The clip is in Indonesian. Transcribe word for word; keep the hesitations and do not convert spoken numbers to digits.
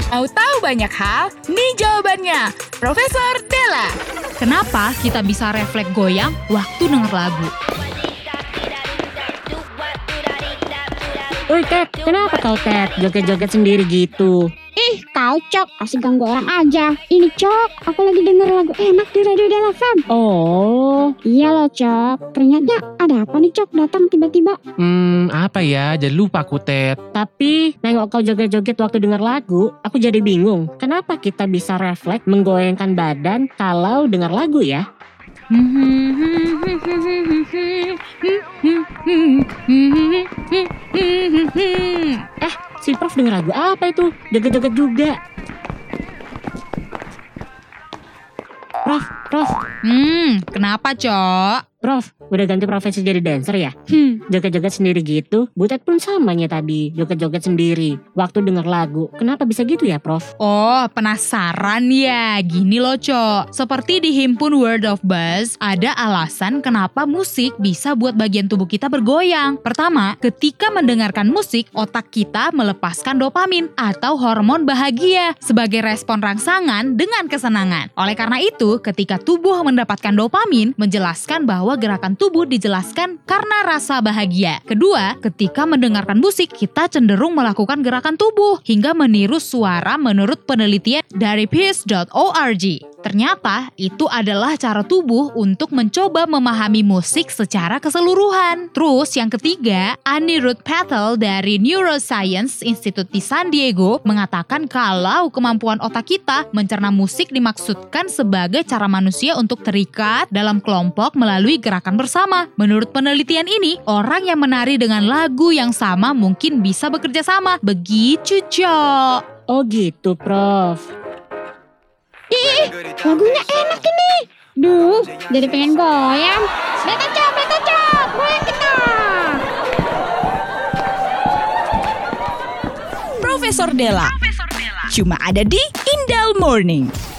Mau tahu banyak hal? Nih jawabannya, Profesor Della. Kenapa kita bisa refleks goyang waktu denger lagu? Woi Ted, kenapa kau Ted? Joget-joget sendiri gitu. Ih, kau Cok, asik ganggu orang aja. Ini Cok, aku lagi denger lagu enak di Radio Della F M. Oh, Iya loh Cok, ternyata ada apa nih Cok datang tiba-tiba? Hmm, apa ya? Jadi lupa aku, Ted. tapi nengok kau joget-joget waktu denger lagu, aku jadi bingung. Kenapa kita bisa refleks menggoyangkan badan kalau denger lagu ya? Eh, si Prof denger lagu apa itu? Joget-joget juga. Prof, Prof, Hmm, kenapa, Cok? Prof, udah ganti profesi jadi dancer ya? Hmm, joget-joget sendiri gitu. Butet pun samanya tadi, joget-joget sendiri. Waktu denger lagu, kenapa bisa gitu ya, Prof? Oh, penasaran ya? Gini loh, Cok. Seperti di himpun World of Buzz, ada alasan kenapa musik bisa buat bagian tubuh kita bergoyang. Pertama, ketika mendengarkan musik, otak kita melepaskan dopamin atau hormon bahagia sebagai respon rangsangan dengan kesenangan. Oleh karena itu, ketika tubuh mendapatkan dopamin, menjelaskan bahwa gerakan tubuh dijelaskan karena rasa bahagia. Kedua, ketika mendengarkan musik, kita cenderung melakukan gerakan tubuh hingga meniru suara menurut penelitian dari peace dot org. Ternyata itu adalah cara tubuh untuk mencoba memahami musik secara keseluruhan. Terus yang ketiga, Anirudh Patel dari Neuroscience Institute di San Diego mengatakan kalau kemampuan otak kita mencerna musik dimaksudkan sebagai cara manusia untuk terikat dalam kelompok melalui gerakan bersama. Menurut penelitian ini, orang yang menari dengan lagu yang sama mungkin bisa bekerja sama. Begitu, Cok. Oh gitu, Prof. Ih, lagunya enak ini. Duh, jadi pengen goyang. Beta Cok, Beta Cok, goyang kita. Profesor Della. Cuma ada di Indal Morning.